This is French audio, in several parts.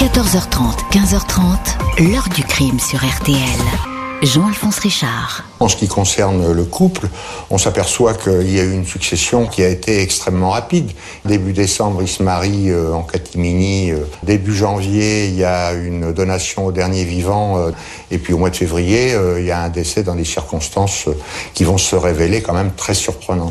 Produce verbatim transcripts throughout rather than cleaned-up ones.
quatorze heures trente, quinze heures trente, l'heure du crime sur R T L. Jean-Alphonse Richard. En ce qui concerne le couple, on s'aperçoit qu'il y a eu une succession qui a été extrêmement rapide. Début décembre, ils se marient euh, en catimini. Euh, début janvier, il y a une donation au dernier vivant. Euh, et puis au mois de février, euh, il y a un décès dans des circonstances euh, qui vont se révéler quand même très surprenantes.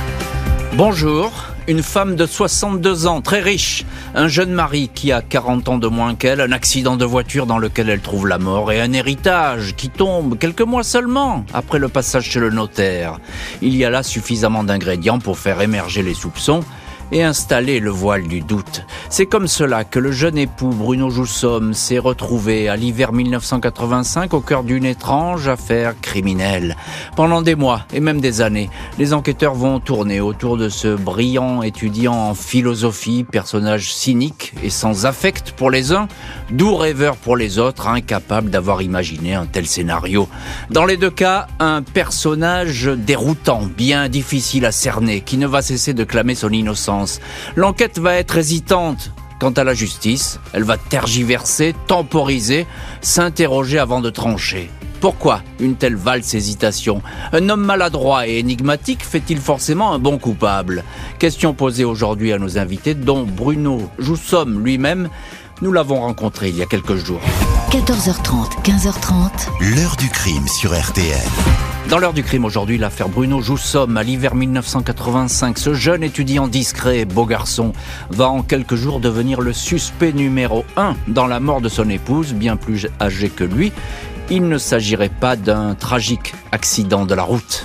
Bonjour, une femme de soixante-deux ans, très riche, un jeune mari qui a quarante ans de moins qu'elle, un accident de voiture dans lequel elle trouve la mort et un héritage qui tombe quelques mois seulement après le passage chez le notaire. Il y a là suffisamment d'ingrédients pour faire émerger les soupçons et installer le voile du doute. C'est comme cela que le jeune époux Bruno Joussomme s'est retrouvé à l'hiver mille neuf cent quatre-vingt-cinq au cœur d'une étrange affaire criminelle. Pendant des mois et même des années, les enquêteurs vont tourner autour de ce brillant étudiant en philosophie, personnage cynique et sans affect pour les uns, doux rêveur pour les autres, incapable d'avoir imaginé un tel scénario. Dans les deux cas, un personnage déroutant, bien difficile à cerner, qui ne va cesser de clamer son innocence. L'enquête va être hésitante quant à la justice. Elle va tergiverser, temporiser, s'interroger avant de trancher. Pourquoi une telle valse hésitation ? Un homme maladroit et énigmatique fait-il forcément un bon coupable ? Question posée aujourd'hui à nos invités, dont Bruno Joussomme lui-même. Nous l'avons rencontré il y a quelques jours. quatorze heures trente, quinze heures trente. L'heure du crime sur R T L. Dans l'heure du crime aujourd'hui, l'affaire Bruno Joussomme à l'hiver mille neuf cent quatre-vingt-cinq. Ce jeune étudiant discret, beau garçon, va en quelques jours devenir le suspect numéro un dans la mort de son épouse, bien plus âgée que lui. Il ne s'agirait pas d'un tragique accident de la route.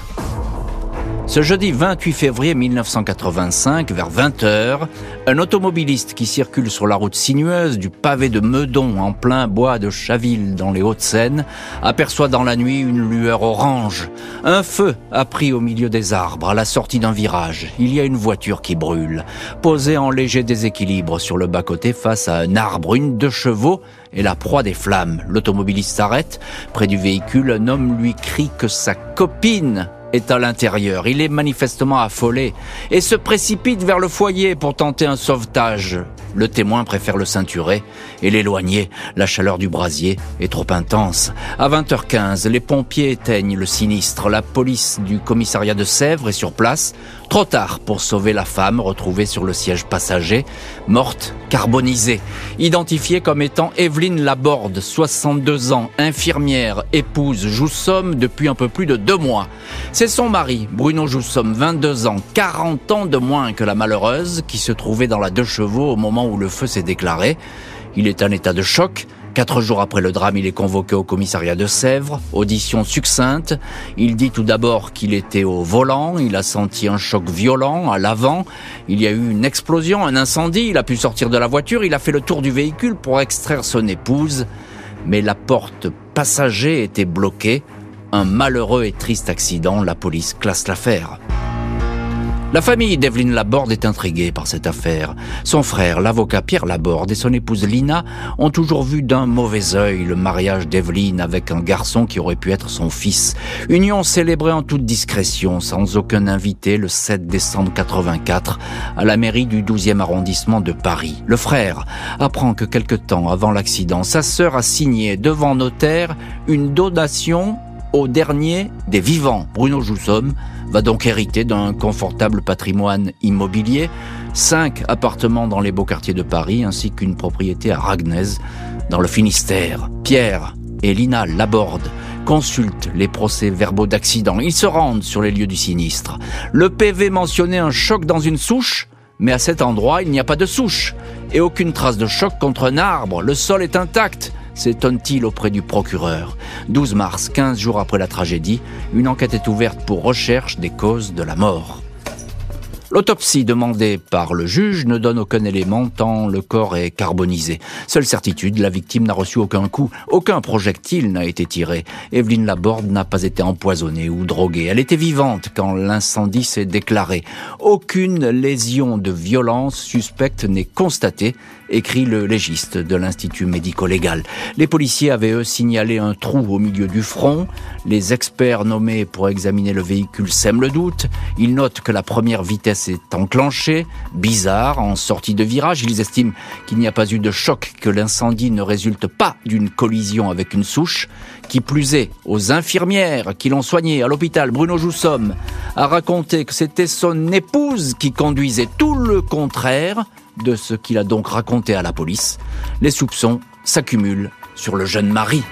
Ce jeudi vingt-huit février mille neuf cent quatre-vingt-cinq, vers vingt heures, un automobiliste qui circule sur la route sinueuse du pavé de Meudon en plein bois de Chaville dans les Hauts-de-Seine aperçoit dans la nuit une lueur orange. Un feu a pris au milieu des arbres à la sortie d'un virage. Il y a une voiture qui brûle, posée en léger déséquilibre sur le bas-côté face à un arbre, une deux chevaux et la proie des flammes. L'automobiliste s'arrête. Près du véhicule, un homme lui crie que sa copine est à l'intérieur. Il est manifestement affolé et se précipite vers le foyer pour tenter un sauvetage. Le témoin préfère le ceinturer et l'éloigner. La chaleur du brasier est trop intense. À vingt heures quinze, les pompiers éteignent le sinistre. La police du commissariat de Sèvres est sur place. Trop tard pour sauver la femme retrouvée sur le siège passager, morte, carbonisée. Identifiée comme étant Evelyne Laborde, soixante-deux ans, infirmière, épouse Joussomme depuis un peu plus de deux mois. C'est son mari, Bruno Joussomme, vingt-deux ans, quarante ans de moins que la malheureuse, qui se trouvait dans la deux chevaux au moment où le feu s'est déclaré. Il est en état de choc. Quatre jours après le drame, il est convoqué au commissariat de Sèvres. Audition succincte. Il dit tout d'abord qu'il était au volant. Il a senti un choc violent à l'avant. Il y a eu une explosion, un incendie. Il a pu sortir de la voiture. Il a fait le tour du véhicule pour extraire son épouse. Mais la porte passager était bloquée. Un malheureux et triste accident. La police classe l'affaire. La famille d'Evelyne Laborde est intriguée par cette affaire. Son frère, l'avocat Pierre Laborde, et son épouse Lina ont toujours vu d'un mauvais œil le mariage d'Evelyne avec un garçon qui aurait pu être son fils. Union célébrée en toute discrétion, sans aucun invité, le sept décembre quatre-vingt-quatre, à la mairie du douzième arrondissement de Paris. Le frère apprend que quelque temps avant l'accident, sa sœur a signé devant notaire une donation au dernier des vivants. Bruno Joussomme va donc hériter d'un confortable patrimoine immobilier, cinq appartements dans les beaux quartiers de Paris, ainsi qu'une propriété à Ragnez, dans le Finistère. Pierre et Lina Laborde consultent les procès-verbaux d'accident. Ils se rendent sur les lieux du sinistre. Le P V mentionnait un choc dans une souche, mais à cet endroit, il n'y a pas de souche et aucune trace de choc contre un arbre. Le sol est intact, s'étonne-t-il auprès du procureur. douze mars, quinze jours après la tragédie, une enquête est ouverte pour recherche des causes de la mort. L'autopsie demandée par le juge ne donne aucun élément tant le corps est carbonisé. Seule certitude, la victime n'a reçu aucun coup, aucun projectile n'a été tiré. Evelyne Laborde n'a pas été empoisonnée ou droguée. Elle était vivante quand l'incendie s'est déclaré. Aucune lésion de violence suspecte n'est constatée écrit le légiste de l'Institut médico-légal. Les policiers avaient, eux, signalé un trou au milieu du front. Les experts nommés pour examiner le véhicule sèment le doute. Ils notent que la première vitesse est enclenchée. Bizarre, en sortie de virage. Ils estiment qu'il n'y a pas eu de choc, que l'incendie ne résulte pas d'une collision avec une souche. Qui plus est, aux infirmières qui l'ont soigné à l'hôpital, Bruno Joussomme a raconté que c'était son épouse qui conduisait, tout le contraire de ce qu'il a donc raconté à la police. Les soupçons s'accumulent sur le jeune mari.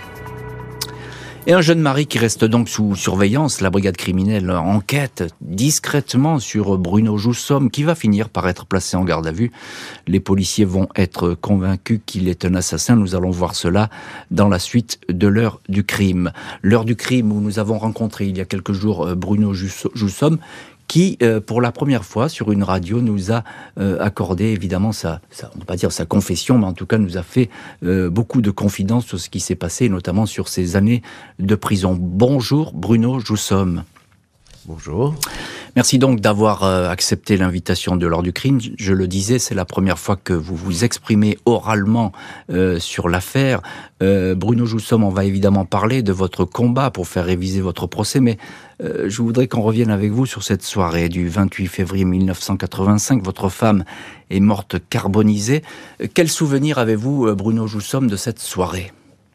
Et un jeune mari qui reste donc sous surveillance. La brigade criminelle enquête discrètement sur Bruno Joussomme, qui va finir par être placé en garde à vue. Les policiers vont être convaincus qu'il est un assassin. Nous allons voir cela dans la suite de l'heure du crime. L'heure du crime où nous avons rencontré il y a quelques jours Bruno Joussomme, qui, euh, pour la première fois sur une radio, nous a euh, accordé évidemment sa, sa, on ne va pas dire sa confession, mais en tout cas nous a fait euh, beaucoup de confidences sur ce qui s'est passé, notamment sur ces années de prison. Bonjour Bruno Joussomme. Bonjour. Merci donc d'avoir euh, accepté l'invitation de l'heure du crime. Je le disais, c'est la première fois que vous vous exprimez oralement euh, sur l'affaire. Euh, Bruno Joussomme, on va évidemment parler de votre combat pour faire réviser votre procès, mais euh, je voudrais qu'on revienne avec vous sur cette soirée du vingt-huit février mille neuf cent quatre-vingt-cinq. Votre femme est morte carbonisée. Quel souvenir avez-vous, Bruno Joussomme, de cette soirée ?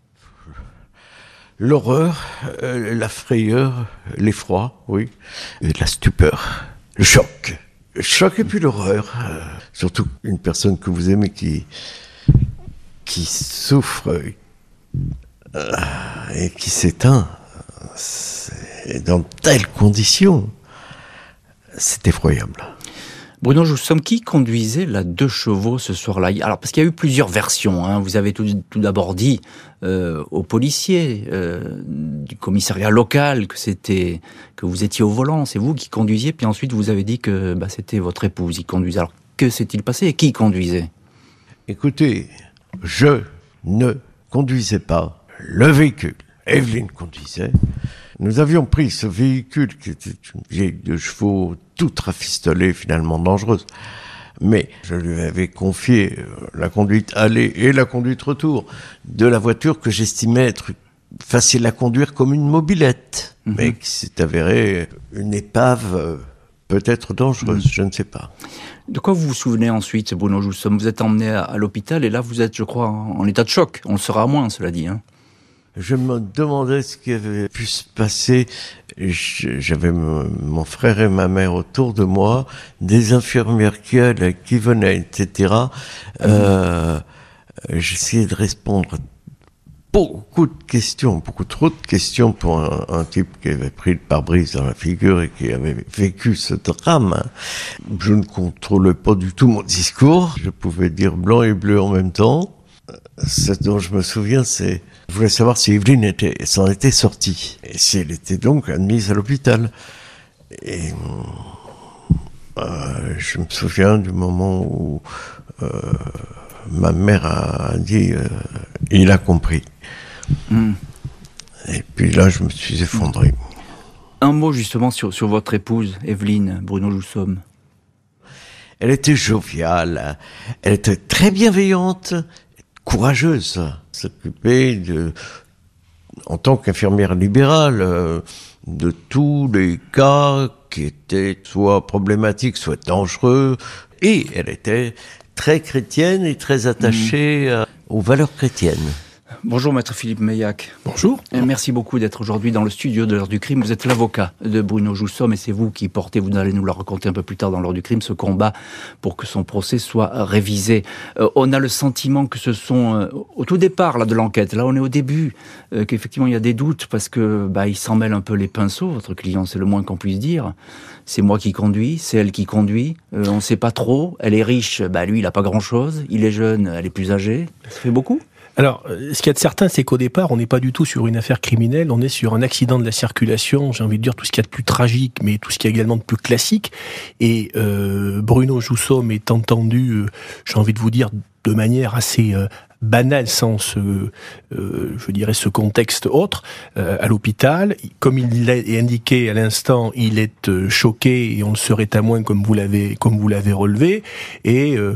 L'horreur, euh, la frayeur, l'effroi, oui, et la stupeur, le choc. Le choc et puis l'horreur. Euh, surtout une personne que vous aimez qui, qui souffre euh, et qui s'éteint. C'est, dans telles conditions, c'est effroyable. Bruno Joussomme, qui conduisait la deux chevaux ce soir-là ? Alors, parce qu'il y a eu plusieurs versions. Hein. Vous avez tout, tout d'abord dit euh, aux policiers euh, du commissariat local que c'était que vous étiez au volant, c'est vous qui conduisiez. Puis ensuite, vous avez dit que bah, c'était votre épouse qui conduisait. Alors, que s'est-il passé et qui conduisait ? Écoutez, je ne conduisais pas le véhicule. Evelyne conduisait. Nous avions pris ce véhicule qui était une vieille de chevaux toute rafistolée, finalement dangereuse. Mais je lui avais confié la conduite aller et la conduite retour de la voiture que j'estimais être facile à conduire comme une mobilette, mmh. mais qui s'est avérée une épave peut-être dangereuse, mmh. je ne sais pas. De quoi vous vous souvenez ensuite, Bruno Joussomme ? Vous êtes emmené à, à l'hôpital et là vous êtes, je crois, en, en état de choc. On le sera à moins, cela dit, hein. Je me demandais ce qui avait pu se passer. J'avais mon frère et ma mère autour de moi, des infirmières qui allaient, qui venaient, et cetera. Euh, j'essayais de répondre à beaucoup de questions, beaucoup trop de questions pour un, un type qui avait pris le pare-brise dans la figure et qui avait vécu ce drame. Je ne contrôlais pas du tout mon discours. Je pouvais dire blanc et bleu en même temps. Ce dont je me souviens, c'est... Je voulais savoir si Evelyne était, s'en était sortie. Et si elle était donc admise à l'hôpital. Et... Euh, je me souviens du moment où euh, ma mère a dit euh, « il a compris mm. ». Et puis là, je me suis effondré. Un mot justement sur, sur votre épouse, Evelyne, Bruno Joussomme. Elle était joviale, elle était très bienveillante, courageuse, s'occuper de, en tant qu'infirmière libérale, euh, de tous les cas qui étaient soit problématiques, soit dangereux. Et elle était très chrétienne et très attachée mmh. aux valeurs chrétiennes. Bonjour Maître Philippe Meillac. Bonjour. Merci beaucoup d'être aujourd'hui dans le studio de l'heure du crime. Vous êtes l'avocat de Bruno Joussomme et c'est vous qui portez, vous allez nous le raconter un peu plus tard dans l'heure du crime, ce combat pour que son procès soit révisé. Euh, on a le sentiment que ce sont, euh, au tout départ là, de l'enquête, là on est au début, euh, qu'effectivement il y a des doutes parce que bah, il s'en mêle un peu les pinceaux, votre client, c'est le moins qu'on puisse dire. C'est moi qui conduis, c'est elle qui conduit, euh, on ne sait pas trop, elle est riche, bah, lui il n'a pas grand-chose, il est jeune, elle est plus âgée, ça fait beaucoup ? Alors, ce qu'il y a de certain, c'est qu'au départ, on n'est pas du tout sur une affaire criminelle, on est sur un accident de la circulation, j'ai envie de dire tout ce qu'il y a de plus tragique, mais tout ce qu'il y a également de plus classique. Et euh, Bruno Joussomme est entendu, euh, j'ai envie de vous dire, de manière assez euh, banale, sans ce, euh, je dirais, ce contexte autre, euh, à l'hôpital. Comme il l'a indiqué à l'instant, il est euh, choqué et on le serait à moins, comme vous l'avez, comme vous l'avez relevé. Et euh,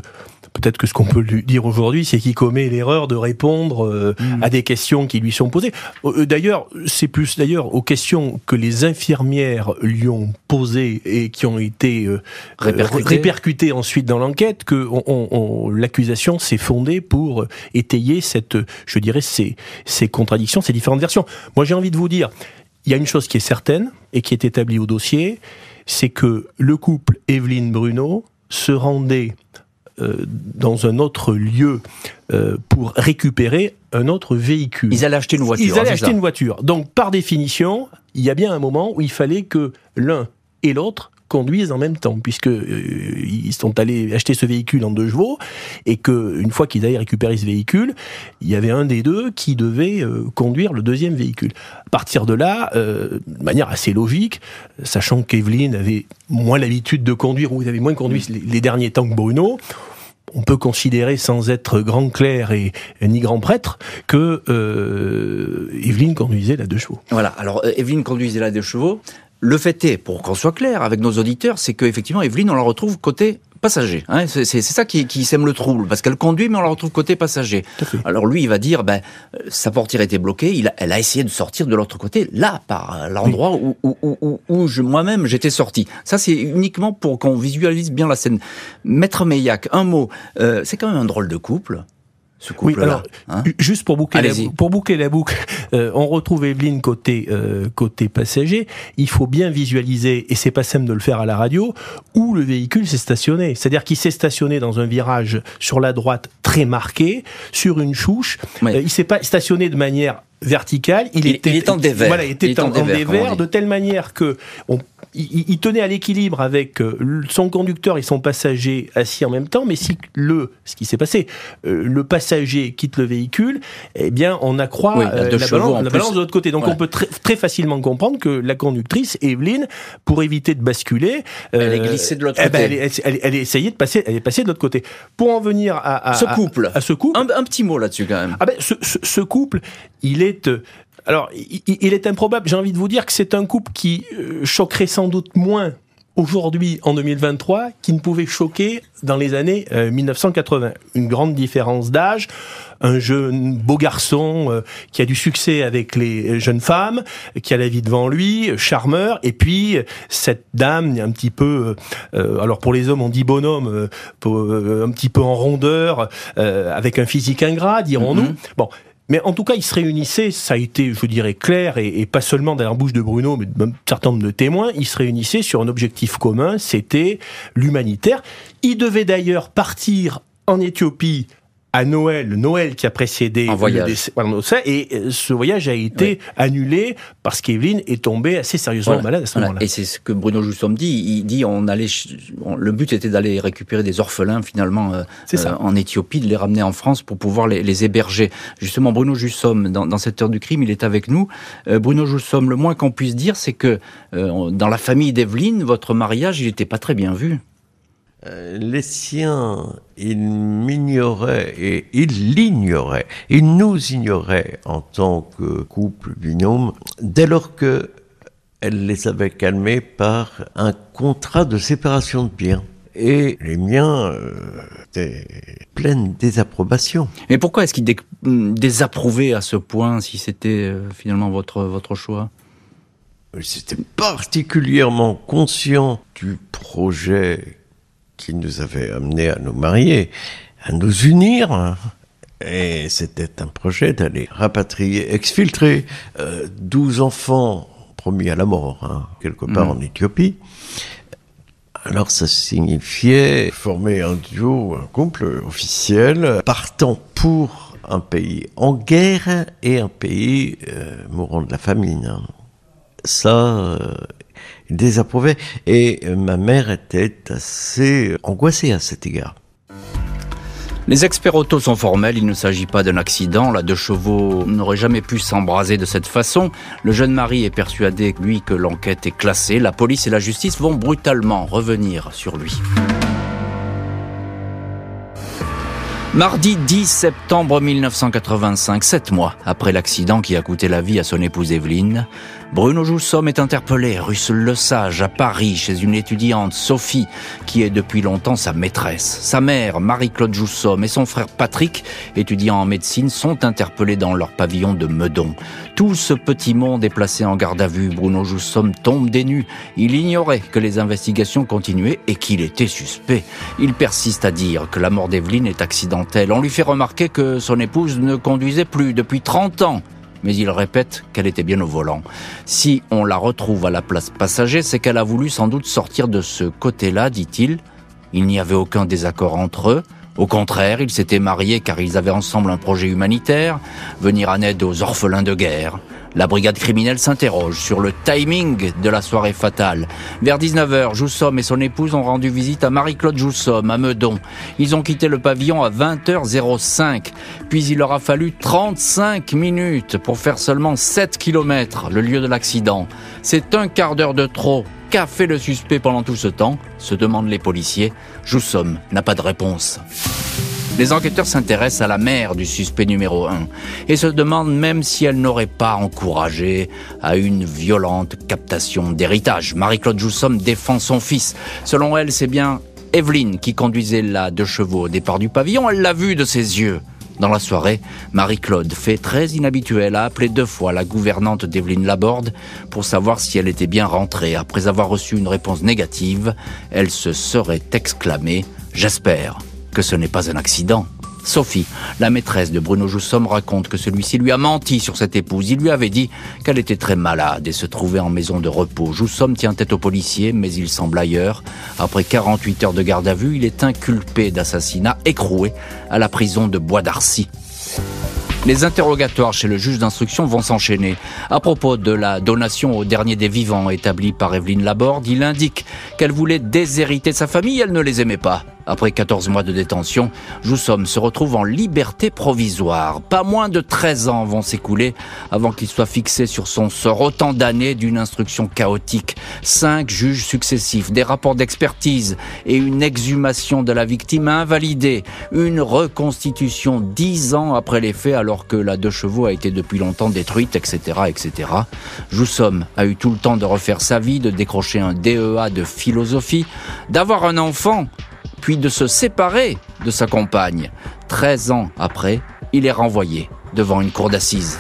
peut-être que ce qu'on peut lui dire aujourd'hui, c'est qu'il commet l'erreur de répondre euh, mmh. à des questions qui lui sont posées. Euh, d'ailleurs, c'est plus d'ailleurs aux questions que les infirmières lui ont posées et qui ont été euh, répercutées. répercutées ensuite dans l'enquête que on, on, on, l'accusation s'est fondée pour étayer cette, je dirais, ces, ces contradictions, ces différentes versions. Moi, j'ai envie de vous dire, il y a une chose qui est certaine et qui est établie au dossier, c'est que le couple Évelyne-Bruno se rendait euh, dans un autre lieu euh, pour récupérer un autre véhicule. Ils allaient acheter une voiture. Ils allaient hein, acheter une voiture. Donc, par définition, il y a bien un moment où il fallait que l'un et l'autre conduisent en même temps, puisque euh, ils sont allés acheter ce véhicule en deux chevaux, et que une fois qu'ils avaient récupéré ce véhicule, il y avait un des deux qui devait euh, conduire le deuxième véhicule. À partir de là, euh, de manière assez logique, sachant qu'Evelyne avait moins l'habitude de conduire, ou avait moins conduit les, les derniers temps que Bruno, on peut considérer, sans être grand clerc et, et ni grand prêtre, que euh, Evelyne conduisait la deux chevaux. Voilà, alors euh, Evelyne conduisait la deux chevaux. Le fait est, pour qu'on soit clair avec nos auditeurs, c'est qu'effectivement, Evelyne, on la retrouve côté passager. Hein, c'est, c'est, c'est ça qui, qui sème le trouble, parce qu'elle conduit, mais on la retrouve côté passager. Alors lui, il va dire, ben, sa portière était bloquée, il a, elle a essayé de sortir de l'autre côté, là, par l'endroit oui. où, où, où, où je, moi-même j'étais sorti. Ça, c'est uniquement pour qu'on visualise bien la scène. Maître Meillac, un mot, euh, c'est quand même un drôle de couple. Ce couple-là, oui, alors, hein juste pour boucler, la, pour boucler la boucle, euh, on retrouve Evelyne côté, euh, côté passager. Il faut bien visualiser, et c'est pas simple de le faire à la radio, où le véhicule s'est stationné. C'est-à-dire qu'il s'est stationné dans un virage sur la droite très marqué, sur une chouche. Oui. Euh, il s'est pas stationné de manière verticale. Il, il était, il est en dévers. Voilà, il était il est en, en, en dévers, dévers de telle manière que on, il, il tenait à l'équilibre avec son conducteur et son passager assis en même temps, mais si le, ce qui s'est passé, euh, le passager quitte le véhicule, eh bien, on accroît oui, euh, la, balance, la balance de l'autre côté. Donc, ouais. on peut très, très facilement comprendre que la conductrice, Evelyne, pour éviter de basculer, euh, elle est glissée de l'autre eh côté. Ben, elle, elle, elle, elle est essayée de passer, elle est passée de l'autre côté. Pour en venir à, à ce couple, à, à ce couple, un, un petit mot là-dessus quand même. Ah ben, ce, ce, ce couple, il est euh, Alors, il, il est improbable, j'ai envie de vous dire que c'est un couple qui euh, choquerait sans doute moins aujourd'hui, en deux mille vingt-trois, qu'il ne pouvait choquer dans les années euh, mille neuf cent quatre-vingts. Une grande différence d'âge, un jeune beau garçon euh, qui a du succès avec les jeunes femmes, qui a la vie devant lui, charmeur, et puis cette dame un petit peu, euh, alors pour les hommes on dit bonhomme, euh, pour, euh, un petit peu en rondeur, euh, avec un physique ingrat, dirons-nous. Mm-hmm. Bon. Mais en tout cas, ils se réunissaient, ça a été, je dirais, clair, et, et pas seulement dans la bouche de Bruno, mais même un certain nombre de témoins, ils se réunissaient sur un objectif commun, c'était l'humanitaire. Ils devaient d'ailleurs partir en Éthiopie à Noël, le Noël qui a précédé un voyage. le décès, et ce voyage a été oui. annulé parce qu'Evelyne est tombée assez sérieusement voilà. malade à ce voilà. moment-là. Et c'est ce que Bruno Joussomme dit, il dit on allait, on, le but était d'aller récupérer des orphelins finalement euh, euh, en Éthiopie, de les ramener en France pour pouvoir les, les héberger. Justement, Bruno Joussomme, dans, dans cette heure du crime, il est avec nous. Euh, Bruno Joussomme, le moins qu'on puisse dire, c'est que euh, dans la famille d'Evelyne, votre mariage, il n'était pas très bien vu. Euh, les siens, ils m'ignoraient et ils l'ignoraient. Ils nous ignoraient en tant que couple binôme, dès lors que elle les avait calmés par un contrat de séparation de biens. Et les miens euh, étaient pleines désapprobation. Mais pourquoi est-ce qu'ils dé- désapprouvaient à ce point, si c'était euh, finalement votre, votre choix ? J'étais particulièrement conscient du projet qui nous avait amené à nous marier, à nous unir. Et c'était un projet d'aller rapatrier, exfiltrer euh, douze enfants promis à la mort, hein, quelque part mmh. en Éthiopie. Alors ça signifiait former un duo, un couple officiel, partant pour un pays en guerre et un pays euh, mourant de la famine. Ça... Euh, désapprouvait, et ma mère était assez angoissée à cet égard. Les experts auto sont formels, il ne s'agit pas d'un accident, la deux chevaux n'aurait jamais pu s'embraser de cette façon. Le jeune mari est persuadé, lui, que l'enquête est classée, la police et la justice vont brutalement revenir sur lui. Mardi dix septembre mille neuf cent quatre-vingt-cinq, sept mois après l'accident qui a coûté la vie à son épouse Evelyne, Bruno Joussomme est interpellé rue Le Sage à Paris chez une étudiante, Sophie, qui est depuis longtemps sa maîtresse. Sa mère, Marie-Claude Joussomme, et son frère Patrick, étudiant en médecine, sont interpellés dans leur pavillon de Meudon. Tout ce petit monde est placé en garde à vue. Bruno Joussomme tombe des nues. Il ignorait que les investigations continuaient et qu'il était suspect. Il persiste à dire que la mort d'Evelyne est accidentelle. On lui fait remarquer que son épouse ne conduisait plus depuis trente ans. Mais il répète qu'elle était bien au volant. Si on la retrouve à la place passager, c'est qu'elle a voulu sans doute sortir de ce côté-là, dit-il. Il n'y avait aucun désaccord entre eux. Au contraire, ils s'étaient mariés car ils avaient ensemble un projet humanitaire, venir en aide aux orphelins de guerre. La brigade criminelle s'interroge sur le timing de la soirée fatale. Vers dix-neuf heures, Joussomme et son épouse ont rendu visite à Marie-Claude Joussomme, à Meudon. Ils ont quitté le pavillon à vingt heures cinq. Puis il leur a fallu trente-cinq minutes pour faire seulement sept kilomètres, le lieu de l'accident. C'est un quart d'heure de trop. Qu'a fait le suspect pendant tout ce temps ? Se demandent les policiers. Joussomme n'a pas de réponse. Les enquêteurs s'intéressent à la mère du suspect numéro un et se demandent même si elle n'aurait pas encouragé à une violente captation d'héritage. Marie-Claude Joussomme défend son fils. Selon elle, c'est bien Evelyne qui conduisait la deux chevaux au départ du pavillon. Elle l'a vu de ses yeux. Dans la soirée, Marie-Claude, fait très inhabituel, a appelé deux fois la gouvernante d'Evelyne Laborde pour savoir si elle était bien rentrée. Après avoir reçu une réponse négative, elle se serait exclamée « J'espère que ce n'est pas un accident ». Sophie, la maîtresse de Bruno Joussomme, raconte que celui-ci lui a menti sur cette épouse. Il lui avait dit qu'elle était très malade et se trouvait en maison de repos. Joussomme tient tête aux policiers, mais il semble ailleurs. Après quarante-huit heures de garde à vue, il est inculpé d'assassinat, écroué à la prison de Bois d'Arcy. Les interrogatoires chez le juge d'instruction vont s'enchaîner. À propos de la donation au dernier des vivants établie par Evelyne Laborde, il indique qu'elle voulait déshériter sa famille, elle ne les aimait pas. Après quatorze mois de détention, Joussomme se retrouve en liberté provisoire. Pas moins de treize ans vont s'écouler avant qu'il soit fixé sur son sort. Autant d'années d'une instruction chaotique. Cinq juges successifs, des rapports d'expertise et une exhumation de la victime invalidée. Une reconstitution dix ans après les faits alors que la deux chevaux a été depuis longtemps détruite, et cetera, et cetera. Joussomme a eu tout le temps de refaire sa vie, de décrocher un D E A de philosophie, d'avoir un enfant, puis de se séparer de sa compagne. Treize ans après, il est renvoyé devant une cour d'assises.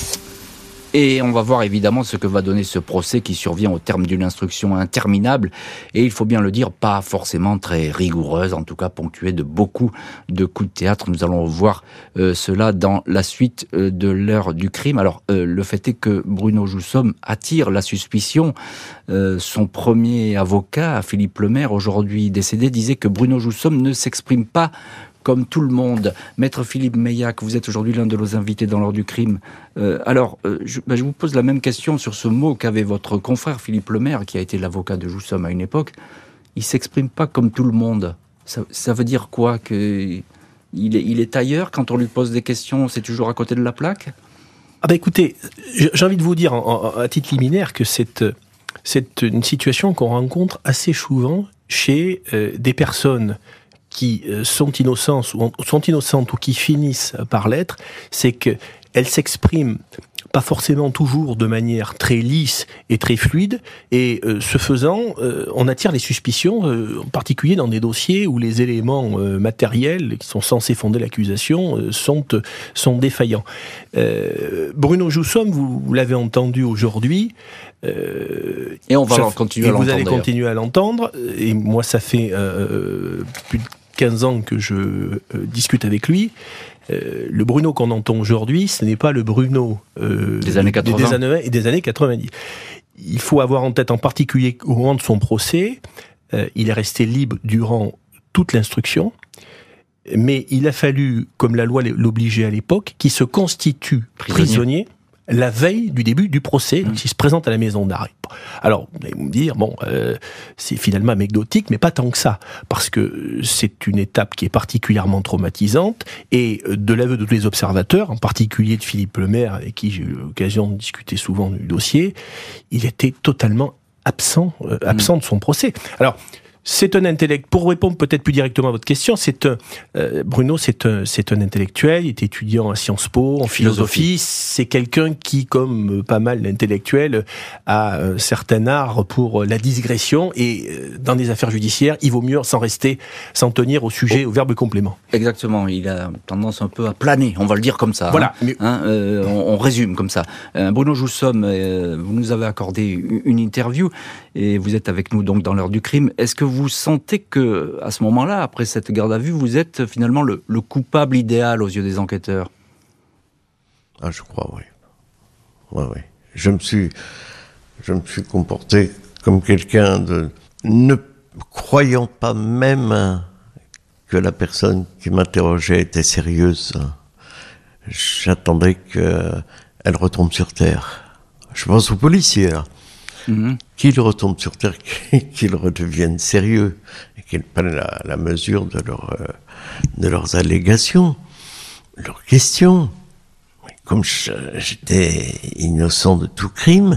Et on va voir évidemment ce que va donner ce procès qui survient au terme d'une instruction interminable et il faut bien le dire, pas forcément très rigoureuse, en tout cas ponctuée de beaucoup de coups de théâtre. Nous allons voir euh, cela dans la suite euh, de l'heure du crime. Alors euh, le fait est que Bruno Joussomme attire la suspicion. Euh, son premier avocat, Philippe Lemaire, aujourd'hui décédé, disait que Bruno Joussomme ne s'exprime pas comme tout le monde. Maître Philippe Meillac, vous êtes aujourd'hui l'un de nos invités dans l'heure du crime. Euh, alors, euh, je, ben, je vous pose la même question sur ce mot qu'avait votre confrère Philippe Lemaire, qui a été l'avocat de Joussomme à une époque. Il s'exprime pas comme tout le monde. Ça, ça veut dire quoi, que il est, il est ailleurs quand on lui pose des questions, c'est toujours à côté de la plaque? Ah bah écoutez, j'ai envie de vous dire en, en, à titre liminaire que c'est, c'est une situation qu'on rencontre assez souvent chez euh, des personnes qui sont innocentes ou sont innocentes ou qui finissent par l'être, c'est qu'elles s'expriment pas forcément toujours de manière très lisse et très fluide, et euh, ce faisant, euh, on attire les suspicions, euh, en particulier dans des dossiers où les éléments euh, matériels qui sont censés fonder l'accusation euh, sont euh, sont défaillants. Euh, Bruno Joussomme, vous, vous l'avez entendu aujourd'hui. Euh, et on va ça, continuer à l'entendre. Vous allez d'ailleurs. continuer à l'entendre. Et moi, ça fait euh, plus de quinze ans que je euh, discute avec lui. Euh, le Bruno qu'on entend aujourd'hui, ce n'est pas le Bruno euh, des années quatre-vingts des années, et des années quatre-vingt-dix. Il faut avoir en tête, en particulier au moment de son procès, euh, il est resté libre durant toute l'instruction, mais il a fallu, comme la loi l'obligeait à l'époque, qu'il se constitue prisonnier, prisonnier la veille du début du procès, mmh. qui se présente à la maison d'arrêt. Alors, vous allez me dire, bon, euh, c'est finalement anecdotique, mais pas tant que ça, parce que c'est une étape qui est particulièrement traumatisante, et de l'aveu de tous les observateurs, en particulier de Philippe Lemaire, avec qui j'ai eu l'occasion de discuter souvent du dossier, il était totalement absent, euh, absent mmh. de son procès. Alors, C'est un intellect. Pour répondre peut-être plus directement à votre question, c'est un, euh, Bruno, c'est un, c'est un intellectuel. Il est étudiant à Sciences Po, en philosophie. C'est quelqu'un qui, comme pas mal d'intellectuels, a un certain art pour la digression. Et dans des affaires judiciaires, il vaut mieux s'en rester, s'en tenir au sujet, au verbe complément. Exactement. Il a tendance un peu à planer. On va le dire comme ça. Voilà. Hein, hein, euh, on, on résume comme ça. Euh, Bruno Joussomme, euh, vous nous avez accordé une interview et vous êtes avec nous donc dans l'heure du crime. Est-ce que vous sentez que, à ce moment-là, après cette garde à vue, vous êtes finalement le, le coupable idéal aux yeux des enquêteurs ? Ah, je crois, oui. Oui, oui. Je me suis, je me suis comporté comme quelqu'un de... ne croyant pas même que la personne qui m'interrogeait était sérieuse. J'attendais qu'elle retombe sur terre. Je pense aux policiers, là. Mmh. Qu'ils retombent sur terre, qu'ils redeviennent sérieux et qu'ils prennent la, la mesure de, leur, euh, de leurs allégations, leurs questions. Comme je, j'étais innocent de tout crime,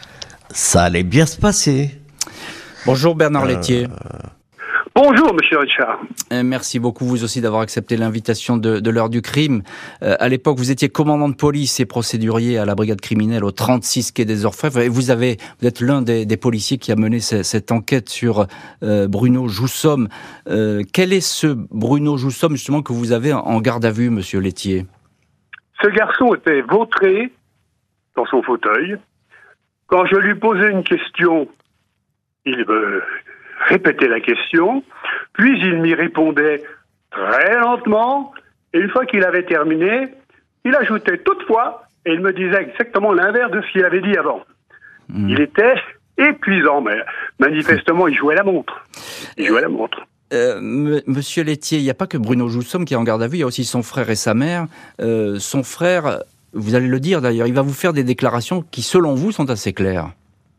ça allait bien se passer. Bonjour Bernard euh, Lethier. Bonjour Monsieur Richard. Euh, merci beaucoup vous aussi d'avoir accepté l'invitation de, de l'heure du crime. Euh, à l'époque, vous étiez commandant de police et procédurier à la brigade criminelle au trente-six quai des Orfèvres. Et vous avez, vous êtes l'un des, des policiers qui a mené ce, cette enquête sur euh, Bruno Joussomme. Euh, quel est ce Bruno Joussomme justement que vous avez en garde à vue, Monsieur Lethier ? Ce garçon était vautré dans son fauteuil. Quand je lui posais une question, il me répétait la question, puis il m'y répondait très lentement, et une fois qu'il avait terminé, il ajoutait toutefois, et il me disait exactement l'inverse de ce qu'il avait dit avant. Mmh. Il était épuisant, mais manifestement, il jouait la montre. Il jouait la montre. Euh, m- Monsieur Lethier, il n'y a pas que Bruno Joussomme qui est en garde à vue, il y a aussi son frère et sa mère. Euh, son frère, vous allez le dire d'ailleurs, il va vous faire des déclarations qui, selon vous, sont assez claires.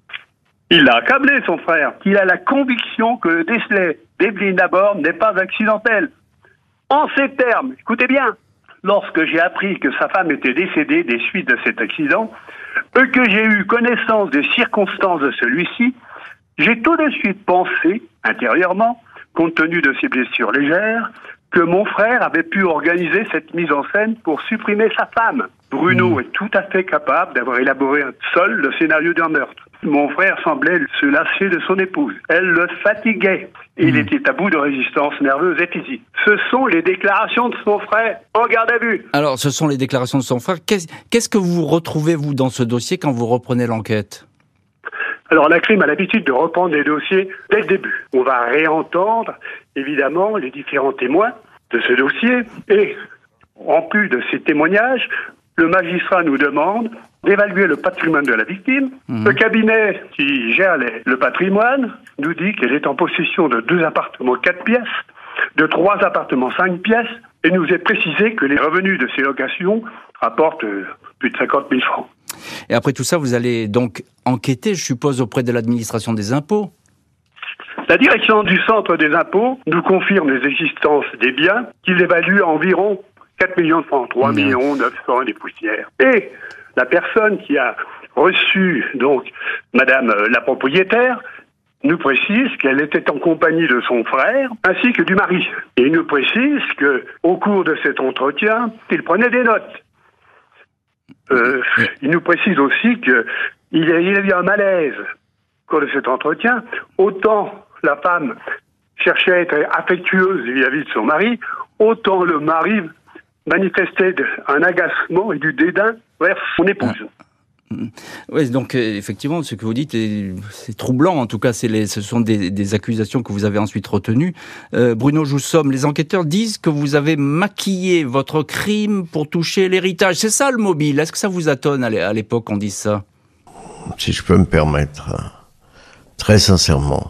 Il a accablé son frère. Il a la conviction que le décelet d'Evelyne Laborde n'est pas accidentel. En ces termes, écoutez bien, lorsque j'ai appris que sa femme était décédée des suites de cet accident, et que j'ai eu connaissance des circonstances de celui-ci, j'ai tout de suite pensé, intérieurement, compte tenu de ses blessures légères, que mon frère avait pu organiser cette mise en scène pour supprimer sa femme. Bruno mmh. est tout à fait capable d'avoir élaboré seul le scénario d'un meurtre. Mon frère semblait se lasser de son épouse. Elle le fatiguait. Il mmh. était à bout de résistance nerveuse et physique. Ce sont les déclarations de son frère en garde à vue. Alors, ce sont les déclarations de son frère. Qu'est-ce, qu'est-ce que vous retrouvez, vous, dans ce dossier quand vous reprenez l'enquête ? Alors, la crime a l'habitude de reprendre les dossiers dès le début. On va réentendre, évidemment, les différents témoins de ce dossier. Et, en plus de ces témoignages, le magistrat nous demande d'évaluer le patrimoine de la victime. Mmh. Le cabinet qui gère les, le patrimoine nous dit qu'elle est en possession de deux appartements quatre pièces, de trois appartements cinq pièces, et nous est précisé que les revenus de ces locations rapportent plus de cinquante mille francs. Et après tout ça, vous allez donc enquêter, je suppose, auprès de l'administration des impôts ? La direction du centre des impôts nous confirme les existences des biens qu'il évalue à environ quatre millions de francs, trois millions neuf cents des poussières. Et la personne qui a reçu, donc, madame la propriétaire, nous précise qu'elle était en compagnie de son frère ainsi que du mari. Et il nous précise que, au cours de cet entretien, il prenait des notes. Euh, il nous précise aussi qu'il y a, il y a eu un malaise au cours de cet entretien. Autant la femme cherchait à être affectueuse vis-à-vis de son mari, autant le mari manifestait un agacement et du dédain vers son épouse. Ah. Oui, donc effectivement, ce que vous dites, est, c'est troublant. En tout cas, c'est les, ce sont des, des accusations que vous avez ensuite retenues. Euh, Bruno Joussomme, les enquêteurs disent que vous avez maquillé votre crime pour toucher l'héritage. C'est ça le mobile. Est-ce que ça vous étonne à l'époque qu'on dise ça ? Si je peux me permettre, très sincèrement,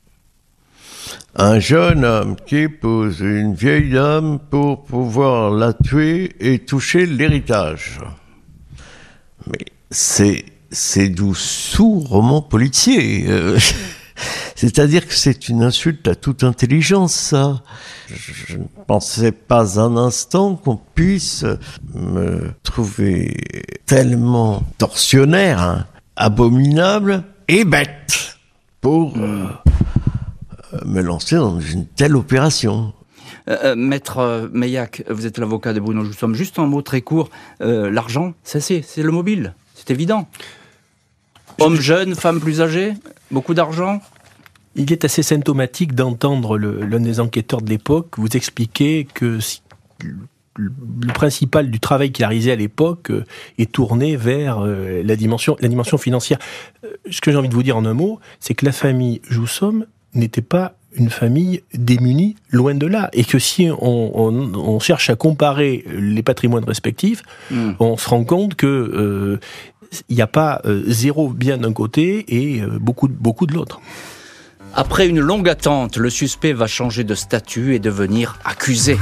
un jeune homme qui épouse une vieille dame pour pouvoir la tuer et toucher l'héritage. Mais c'est, c'est du sous-roman policier. Euh, c'est-à-dire que c'est une insulte à toute intelligence, ça. Je, je ne pensais pas un instant qu'on puisse me trouver tellement tortionnaire, hein, abominable et bête pour... Euh, me lancer dans une telle opération. Euh, Maître euh, Meillac, vous êtes l'avocat de Bruno Joussomme. Juste un mot très court. Euh, l'argent, c'est, c'est, c'est le mobile. C'est évident. Hommes jeunes, femmes plus âgées, beaucoup d'argent. Il est assez symptomatique d'entendre le, l'un des enquêteurs de l'époque vous expliquer que si, le, le principal du travail qu'il a réalisé à l'époque euh, est tourné vers euh, la dimension, la dimension financière. Euh, ce que j'ai envie de vous dire en un mot, c'est que la famille Joussomme n'était pas une famille démunie, loin de là. Et que si on, on, on cherche à comparer les patrimoines respectifs, mmh. on se rend compte que euh, il n'y a pas euh, zéro bien d'un côté et euh, beaucoup, beaucoup de l'autre. Après une longue attente, le suspect va changer de statut et devenir accusé.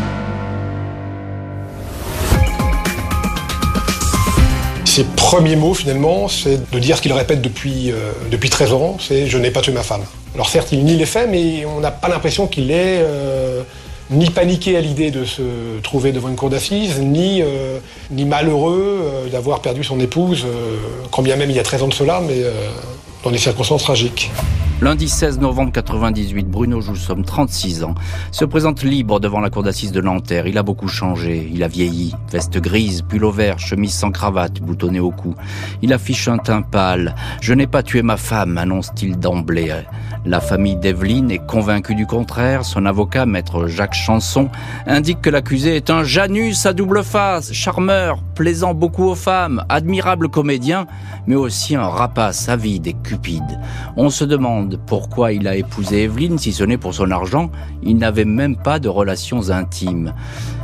Ses premiers mots, finalement, c'est de dire ce qu'il répète depuis, euh, depuis treize ans, c'est « je n'ai pas tué ma femme ». Alors certes, il nie les faits, mais on n'a pas l'impression qu'il est euh, ni paniqué à l'idée de se trouver devant une cour d'assises, ni, euh, ni malheureux euh, d'avoir perdu son épouse, euh, quand bien même il y a treize ans de cela, mais euh, dans des circonstances tragiques. Lundi seize novembre quatre-vingt-dix-huit, Bruno Joussomme, trente-six ans, se présente libre devant la cour d'assises de Nanterre. Il a beaucoup changé, il a vieilli. Veste grise, pull au vert, chemise sans cravate, boutonnée au cou. Il affiche un teint pâle. « Je n'ai pas tué ma femme », annonce-t-il d'emblée. La famille d'Evelyne est convaincue du contraire. Son avocat, maître Jacques Chanson, indique que l'accusé est un Janus à double face, charmeur, plaisant beaucoup aux femmes, admirable comédien, mais aussi un rapace avide et cupide. On se demande pourquoi il a épousé Evelyne, si ce n'est pour son argent. Il n'avait même pas de relations intimes.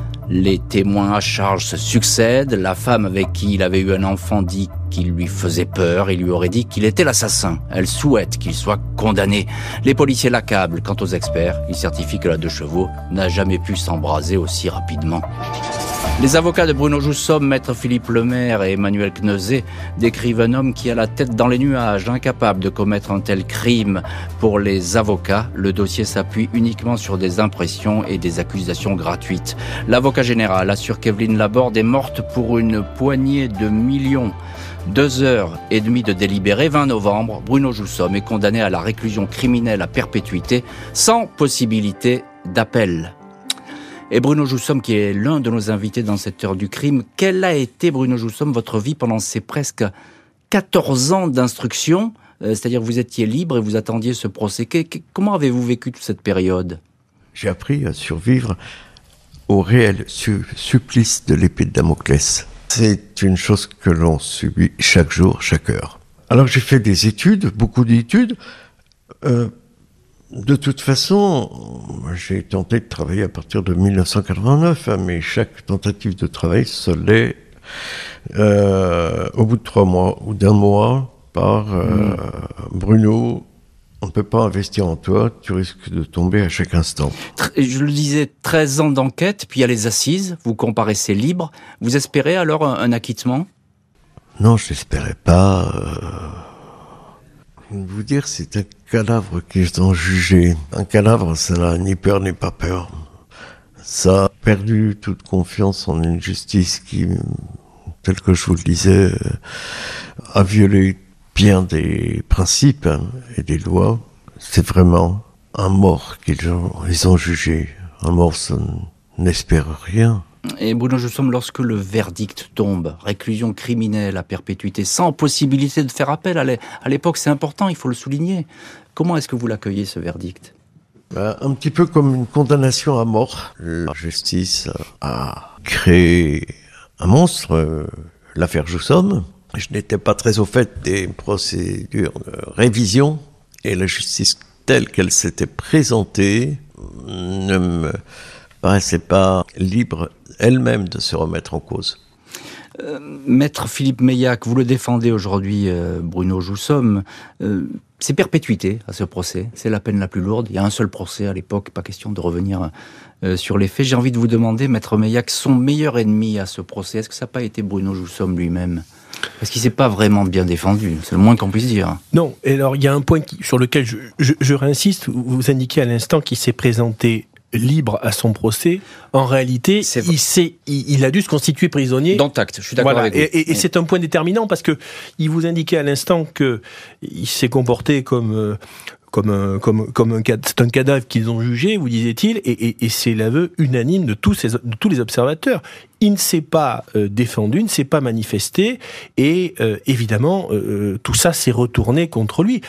Les témoins à charge se succèdent. La femme avec qui il avait eu un enfant dit qu'il lui faisait peur. Il lui aurait dit qu'il était l'assassin. Elle souhaite qu'il soit condamné. Les policiers l'accablent. Quant aux experts, ils certifient que la deux chevaux n'a jamais pu s'embraser aussi rapidement. Les avocats de Bruno Joussomme, maître Philippe Lemaire et Emmanuel Kneuzet, décrivent un homme qui a la tête dans les nuages, incapable de commettre un tel crime. Pour les avocats, le dossier s'appuie uniquement sur des impressions et des accusations gratuites. L'avocat général assure qu'Evelyne Laborde est morte pour une poignée de millions. Deux heures et demie de délibéré, vingt novembre, Bruno Joussomme est condamné à la réclusion criminelle à perpétuité, sans possibilité d'appel. Et Bruno Joussomme, qui est l'un de nos invités dans cette heure du crime, quelle a été, Bruno Joussomme, votre vie pendant ces presque quatorze ans d'instruction ? euh, C'est-à-dire que vous étiez libre et vous attendiez ce procès. Que, que, comment avez-vous vécu toute cette période ? J'ai appris à survivre au réel su- supplice de l'épée de Damoclès. C'est une chose que l'on subit chaque jour, chaque heure. Alors j'ai fait des études, beaucoup d'études. Euh, De toute façon, j'ai tenté de travailler à partir de dix-neuf cent quatre-vingt-neuf, hein, mais chaque tentative de travail se l'est euh, au bout de trois mois ou d'un mois par euh, mmh. Bruno. On ne peut pas investir en toi, tu risques de tomber à chaque instant. Je le disais, treize ans d'enquête, puis il y a les assises, vous comparaissez libre. Vous espérez alors un, un acquittement ? Non, je n'espérais pas... Euh... Vous dire, c'est un cadavre qu'ils ont jugé. Un cadavre, ça n'a ni peur ni pas peur. Ça a perdu toute confiance en une justice qui, tel que je vous le disais, a violé bien des principes et des lois. C'est vraiment un mort qu'ils ont, ils ont jugé. Un mort, ça n'espère rien. Et Bruno Joussomme, lorsque le verdict tombe, réclusion criminelle à perpétuité, sans possibilité de faire appel, à l'époque c'est important, il faut le souligner. Comment est-ce que vous l'accueillez, ce verdict ? Ben, un petit peu comme une condamnation à mort. La justice a créé un monstre, euh, l'affaire Joussomme. Je n'étais pas très au fait des procédures de révision, et la justice telle qu'elle s'était présentée ne me paraissait pas libre elle-même de se remettre en cause. Euh, Maître Philippe Meillac, vous le défendez aujourd'hui, euh, Bruno Joussomme. Euh, c'est perpétuité à ce procès, c'est la peine la plus lourde. Il y a un seul procès à l'époque, pas question de revenir euh, sur les faits. J'ai envie de vous demander, Maître Meillac, son meilleur ennemi à ce procès, est-ce que ça n'a pas été Bruno Joussomme lui-même ? Parce qu'il ne s'est pas vraiment bien défendu, c'est le moins qu'on puisse dire. Non, et alors il y a un point qui, sur lequel je, je, je réinsiste, vous indiquez à l'instant qu'il s'est présenté libre à son procès. En réalité, il, s'est, il, il a dû se constituer prisonnier. Dans acte, je suis d'accord voilà. avec vous. Et, et, et c'est un point déterminant parce que il vous indiquait à l'instant que il s'est comporté comme euh, comme un, comme, comme un, c'est un cadavre qu'ils ont jugé, vous disait-il, et, et, et c'est l'aveu unanime de tous, ces, de tous les observateurs. Il ne s'est pas euh, défendu, ne s'est pas manifesté, et euh, évidemment, euh, tout ça s'est retourné contre lui.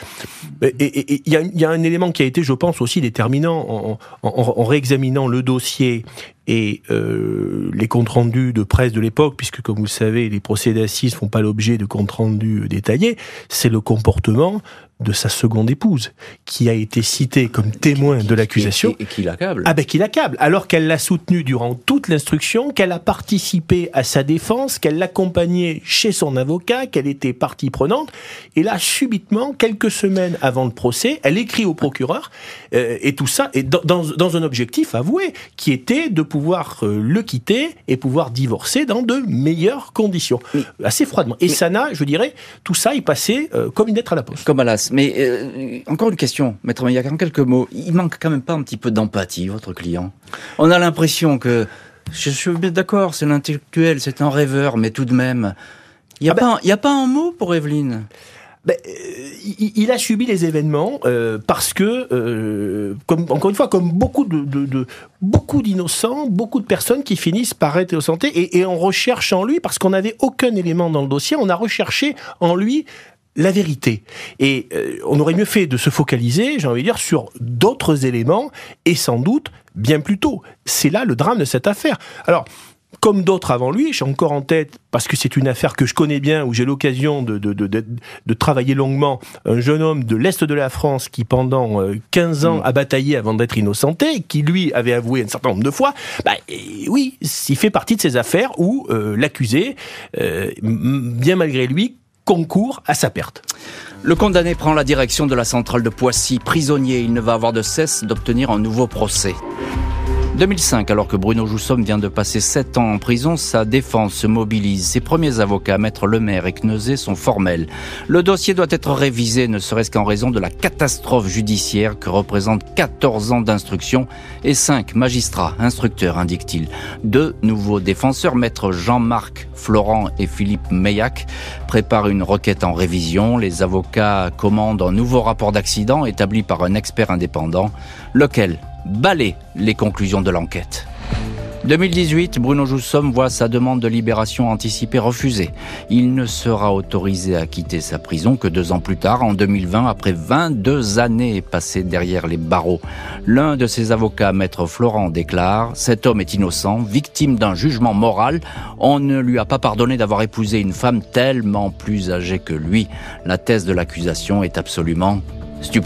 Et il y, y a un élément qui a été, je pense, aussi déterminant en, en, en réexaminant le dossier et euh, les comptes rendus de presse de l'époque, puisque, comme vous le savez, les procès d'assises font pas l'objet de comptes rendus détaillés, c'est le comportement de sa seconde épouse, qui a été citée comme témoin de l'accusation. Et, et, et qui l'accable. Ah ben qui l'accable, alors qu'elle l'a soutenu durant toute l'instruction, qu'elle a participé à sa défense, qu'elle l'accompagnait chez son avocat, qu'elle était partie prenante. Et là, subitement, quelques semaines avant le procès, elle écrit au procureur, euh, et tout ça, et dans, dans, dans un objectif avoué, qui était de pouvoir euh, le quitter et pouvoir divorcer dans de meilleures conditions. Mais, assez froidement. Et mais, ça n'a, je dirais, tout ça est passé euh, comme une lettre à la poste. Comme à l'as. Mais euh, encore une question, Maître Meillac, en quelques mots, il manque quand même pas un petit peu d'empathie, votre client? On a l'impression que, je suis bien d'accord, c'est l'intellectuel, c'est un rêveur, mais tout de même, il n'y a, ah ben, a pas un mot pour Evelyne? Ben, euh, il, il a subi les événements euh, parce que, euh, comme, encore une fois, comme beaucoup de, de, de beaucoup d'innocents, beaucoup de personnes qui finissent par être innocentés, et, et on recherche en lui, parce qu'on n'avait aucun élément dans le dossier, on a recherché en lui la vérité. Et euh, on aurait mieux fait de se focaliser, j'ai envie de dire, sur d'autres éléments, et sans doute bien plus tôt. C'est là le drame de cette affaire. Alors, comme d'autres avant lui, j'ai encore en tête, parce que c'est une affaire que je connais bien, où j'ai l'occasion de, de, de, de, de travailler longuement, un jeune homme de l'Est de la France qui, pendant quinze ans, a bataillé avant d'être innocenté, qui, lui, avait avoué un certain nombre de fois. Bah, oui, il fait partie de ces affaires où euh, l'accusé, euh, bien malgré lui, concourt à sa perte. Le condamné prend la direction de la centrale de Poissy. Prisonnier, il ne va avoir de cesse d'obtenir un nouveau procès. deux mille cinq, alors que Bruno Joussomme vient de passer sept ans en prison, sa défense se mobilise. Ses premiers avocats, Maître Lemaire et Kneuzé, sont formels. Le dossier doit être révisé, ne serait-ce qu'en raison de la catastrophe judiciaire que représentent quatorze ans d'instruction et cinq magistrats instructeurs, indique-t-il. Deux nouveaux défenseurs, Maître Jean-Marc Florent et Philippe Meillac, préparent une requête en révision. Les avocats commandent un nouveau rapport d'accident établi par un expert indépendant, lequel balaie les conclusions de l'enquête. deux mille dix-huit, Bruno Joussomme voit sa demande de libération anticipée refusée. Il ne sera autorisé à quitter sa prison que deux ans plus tard, en deux mille vingt, après vingt-deux années passées derrière les barreaux. L'un de ses avocats, Maître Florent, déclare « Cet homme est innocent, victime d'un jugement moral. On ne lui a pas pardonné d'avoir épousé une femme tellement plus âgée que lui. La thèse de l'accusation est absolument stupéfiante. »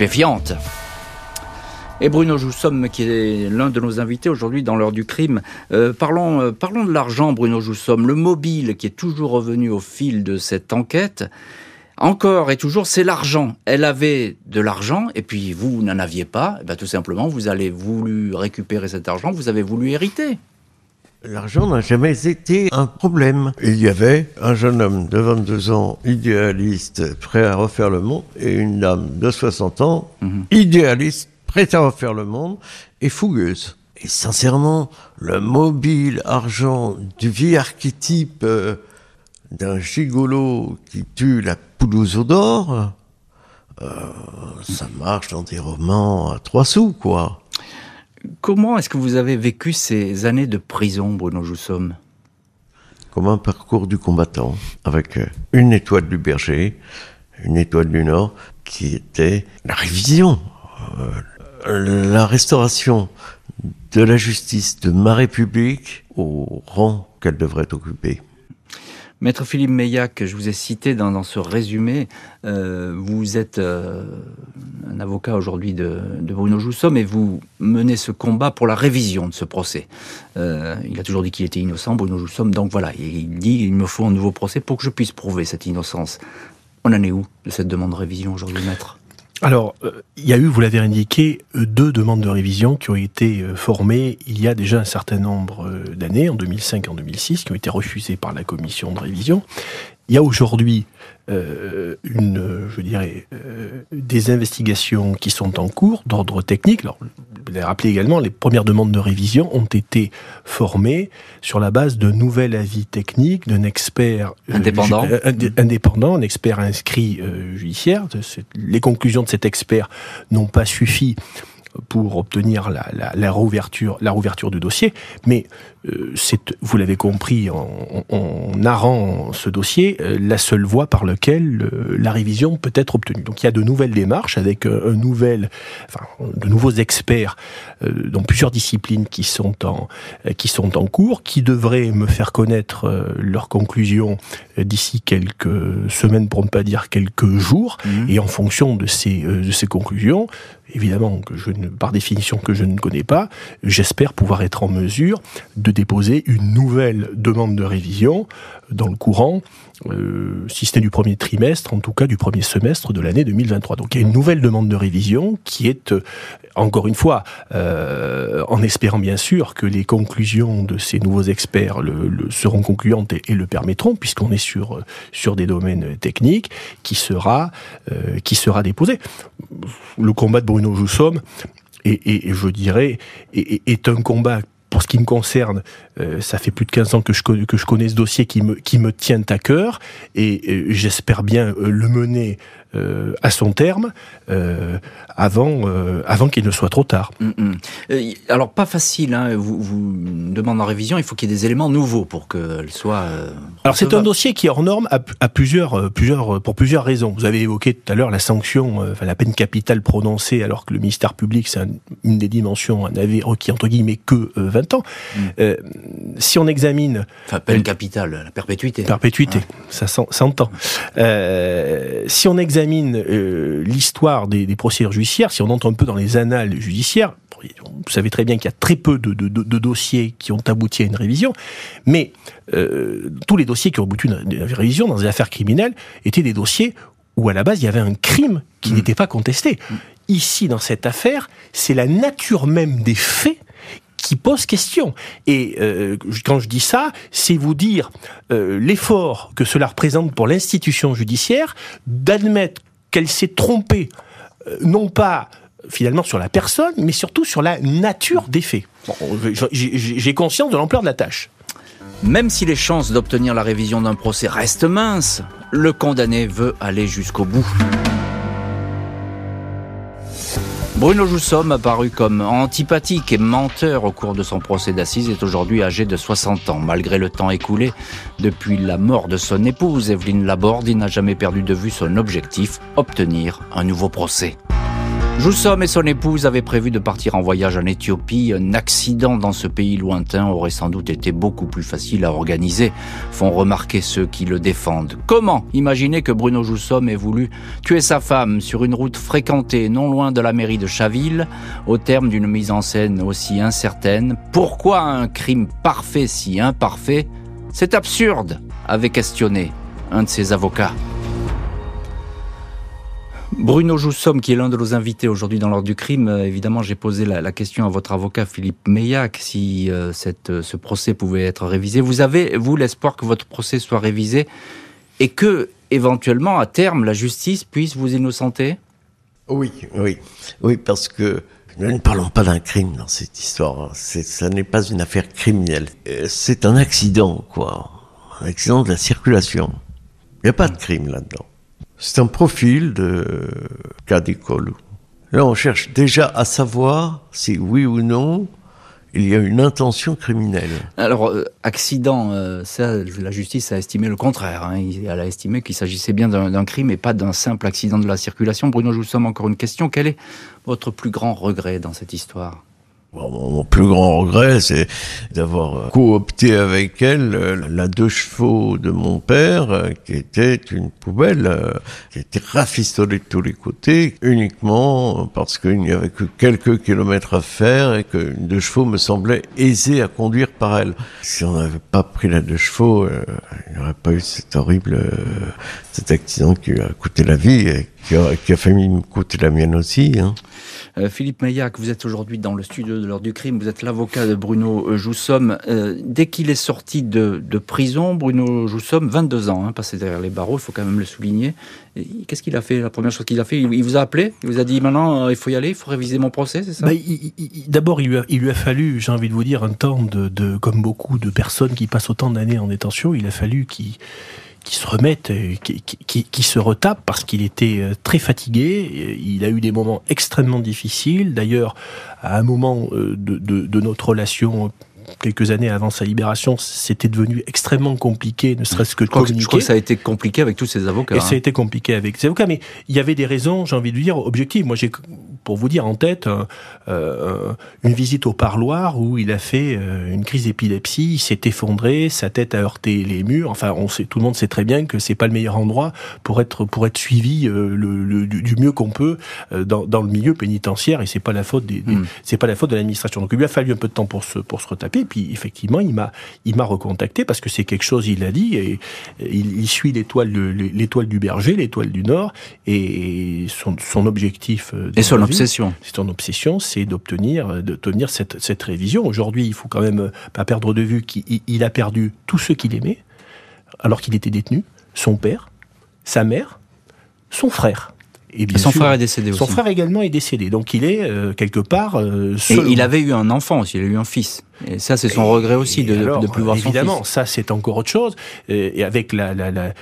Et Bruno Joussomme, qui est l'un de nos invités aujourd'hui dans l'heure du crime, euh, parlons, euh, parlons de l'argent, Bruno Joussomme. Le mobile qui est toujours revenu au fil de cette enquête, encore et toujours, c'est l'argent. Elle avait de l'argent, et puis vous n'en aviez pas. Et bien, tout simplement, vous avez voulu récupérer cet argent, vous avez voulu hériter. L'argent n'a jamais été un problème. Il y avait un jeune homme de vingt-deux ans, idéaliste, prêt à refaire le monde, et une dame de soixante ans, mmh. idéaliste, prête à refaire le monde, et fougueuse. Et sincèrement, le mobile argent du vieil archétype euh, d'un gigolo qui tue la poule aux d'or, euh, ça marche dans des romans à trois sous, quoi. Comment est-ce que vous avez vécu ces années de prison, Bruno Joussomme? Comme un parcours du combattant, avec une étoile du berger, une étoile du Nord, qui était la révision. Euh, la restauration de la justice de ma République au rang qu'elle devrait occuper. Maître Philippe Meillac, je vous ai cité dans, dans ce résumé, euh, vous êtes euh, un avocat aujourd'hui de, de Bruno Joussomme et vous menez ce combat pour la révision de ce procès. Euh, il a toujours dit qu'il était innocent, Bruno Joussomme, donc voilà, il dit il me faut un nouveau procès pour que je puisse prouver cette innocence. On en est où de cette demande de révision aujourd'hui, maître ? Alors, euh, il y a eu, vous l'avez indiqué, deux demandes de révision qui ont été euh, formées il y a déjà un certain nombre euh, d'années, en deux mille cinq et en deux mille six, qui ont été refusées par la commission de révision. Il y a aujourd'hui euh, une, je dirais, euh, des investigations qui sont en cours d'ordre technique. Alors, vous l'avez rappelé également, les premières demandes de révision ont été formées sur la base de nouvel avis technique d'un expert euh, indépendant, ju- euh, indépendant, un expert inscrit euh, judiciaire. Les conclusions de cet expert n'ont pas suffi pour obtenir la, la, la réouverture, la réouverture du dossier, mais euh, c'est, vous l'avez compris en, en, en narrant ce dossier, euh, la seule voie par laquelle euh, la révision peut être obtenue. Donc il y a de nouvelles démarches avec euh, un nouvel, enfin, de nouveaux experts euh, dans plusieurs disciplines qui sont en euh, qui sont en cours, qui devraient me faire connaître euh, leurs conclusions euh, d'ici quelques semaines, pour ne pas dire quelques jours, mmh. et en fonction de ces euh, de ces conclusions, évidemment que je ne, par définition que je ne connais pas, j'espère pouvoir être en mesure de déposer une nouvelle demande de révision dans le courant, euh, si ce n'est du premier trimestre, en tout cas du premier semestre de l'année deux mille vingt-trois. Donc il y a une nouvelle demande de révision qui est, euh, encore une fois, euh, en espérant bien sûr que les conclusions de ces nouveaux experts le, le, seront concluantes et, et le permettront, puisqu'on est sur, euh, sur des domaines techniques, qui sera, euh, qui sera déposé. Le combat de Bruno Joussomme, et, et, et je dirais, est, est un combat. Pour ce qui me concerne, euh, ça fait plus de quinze ans que je, que je connais ce dossier qui me, qui me tient à cœur, et euh, j'espère bien euh, le mener euh, à son terme euh, avant, euh, avant qu'il ne soit trop tard. Mmh, mmh. Alors, pas facile, hein, vous, vous demandez en révision, il faut qu'il y ait des éléments nouveaux pour qu'elle soit... Euh, Alors, c'est un dossier qui est hors norme à, à plusieurs, euh, plusieurs, pour plusieurs raisons. Vous avez évoqué tout à l'heure la sanction, euh, enfin, la peine capitale prononcée, alors que le ministère public, c'est un, une des dimensions, un avis requis, entre guillemets, que euh, vingt ans. Mmh. Euh, si on examine... Enfin, peine euh, capitale, la perpétuité. Perpétuité, ouais. ça s'entend. Euh, si on examine euh, l'histoire des, des procédures judiciaires, si on entre un peu dans les annales judiciaires, vous savez très bien qu'il y a très peu de, de, de, de dossiers qui ont abouti à une révision, mais euh, tous les dossiers qui ont abouti à une révision dans des affaires criminelles étaient des dossiers où à la base il y avait un crime qui mmh. n'était pas contesté. Mmh. Ici, dans cette affaire, c'est la nature même des faits qui pose question. Et euh, quand je dis ça, c'est vous dire euh, l'effort que cela représente pour l'institution judiciaire d'admettre qu'elle s'est trompée, euh, non pas finalement sur la personne, mais surtout sur la nature des faits. Bon, j'ai, j'ai conscience de l'ampleur de la tâche. Même si les chances d'obtenir la révision d'un procès restent minces, le condamné veut aller jusqu'au bout. Bruno Joussomme, apparu comme antipathique et menteur au cours de son procès d'assises, est aujourd'hui âgé de soixante ans. Malgré le temps écoulé depuis la mort de son épouse, Evelyne Laborde, il n'a jamais perdu de vue son objectif, obtenir un nouveau procès. Joussomme et son épouse avaient prévu de partir en voyage en Éthiopie. Un accident dans ce pays lointain aurait sans doute été beaucoup plus facile à organiser, font remarquer ceux qui le défendent. Comment imaginer que Bruno Joussomme ait voulu tuer sa femme sur une route fréquentée non loin de la mairie de Chaville, au terme d'une mise en scène aussi incertaine? Pourquoi un crime parfait si imparfait? C'est absurde, avait questionné un de ses avocats. Bruno Joussomme, qui est l'un de nos invités aujourd'hui dans l'ordre du crime, euh, évidemment, j'ai posé la, la question à votre avocat Philippe Meillac si euh, cette, euh, ce procès pouvait être révisé. Vous avez, vous, l'espoir que votre procès soit révisé et que, éventuellement, à terme, la justice puisse vous innocenter? Oui, oui, oui, parce que nous ne parlons pas d'un crime dans cette histoire. C'est, ça n'est pas une affaire criminelle. C'est un accident, quoi. Un accident de la circulation. Il n'y a pas de crime là-dedans. C'est un profil de cas d'école. Là, on cherche déjà à savoir si, oui ou non, il y a une intention criminelle. Alors, euh, accident, euh, ça, la justice a estimé le contraire. Hein. Elle a estimé qu'il s'agissait bien d'un, d'un crime et pas d'un simple accident de la circulation. Bruno Joussomme, encore une question. Quel est votre plus grand regret dans cette histoire ? Bon, mon plus grand regret, c'est d'avoir coopté avec elle la deux chevaux de mon père, qui était une poubelle, qui était rafistolée de tous les côtés, uniquement parce qu'il n'y avait que quelques kilomètres à faire et qu'une deux chevaux me semblait aisée à conduire par elle. Si on n'avait pas pris la deux chevaux, il n'y aurait pas eu cet horrible, cet accident qui lui a coûté la vie et qui a, qui a failli me coûter la mienne aussi. Hein. Euh, Philippe Maillac, vous êtes aujourd'hui dans le studio de l'heure du crime, vous êtes l'avocat de Bruno Joussomme. Euh, dès qu'il est sorti de, de prison, Bruno Joussomme, vingt-deux ans, hein, passé derrière les barreaux, il faut quand même le souligner. Et qu'est-ce qu'il a fait? La première chose qu'il a fait, il, il vous a appelé? Il vous a dit maintenant, euh, il faut y aller, il faut réviser mon procès, c'est ça? bah, il, il, D'abord, il lui, a, il lui a fallu, j'ai envie de vous dire, un temps de, de, comme beaucoup de personnes qui passent autant d'années en détention, il a fallu qu'il qui se remettent, qui, qui, qui se retapent parce qu'il était très fatigué. Il a eu des moments extrêmement difficiles. D'ailleurs, à un moment de, de, de notre relation, quelques années avant sa libération, c'était devenu extrêmement compliqué, ne serait-ce que de communiquer. Je crois que ça a été compliqué avec tous ses avocats. Et hein. Ça a été compliqué avec ses avocats, mais il y avait des raisons, j'ai envie de dire, objectives. Moi, j'ai, pour vous dire en tête, euh, une visite au parloir où il a fait euh, une crise d'épilepsie, il s'est effondré, sa tête a heurté les murs. Enfin, on sait, tout le monde sait très bien que c'est pas le meilleur endroit pour être pour être suivi euh, le, le, du, du mieux qu'on peut euh, dans, dans le milieu pénitentiaire. Et c'est pas la faute des, des mmh. c'est pas la faute de l'administration. Donc, il lui a fallu un peu de temps pour se pour se retaper. Et puis effectivement, il m'a, il m'a recontacté parce que c'est quelque chose, il l'a dit, et il, il suit l'étoile, l'étoile du berger, l'étoile du Nord, et son, son objectif. Et son obsession. C'est son obsession, c'est d'obtenir, d'obtenir cette, cette révision. Aujourd'hui, il faut quand même pas perdre de vue qu'il il a perdu tous ceux qu'il aimait, alors qu'il était détenu, son père, sa mère, son frère. Et, bien et son sûr, frère est décédé son aussi. Son frère également est décédé, donc il est euh, quelque part euh, seul. Et il avait eu un enfant aussi, il a eu un fils. Et ça, c'est son et, regret aussi de ne plus voir son fils. Évidemment, ça c'est encore autre chose. Et avec la, la, la,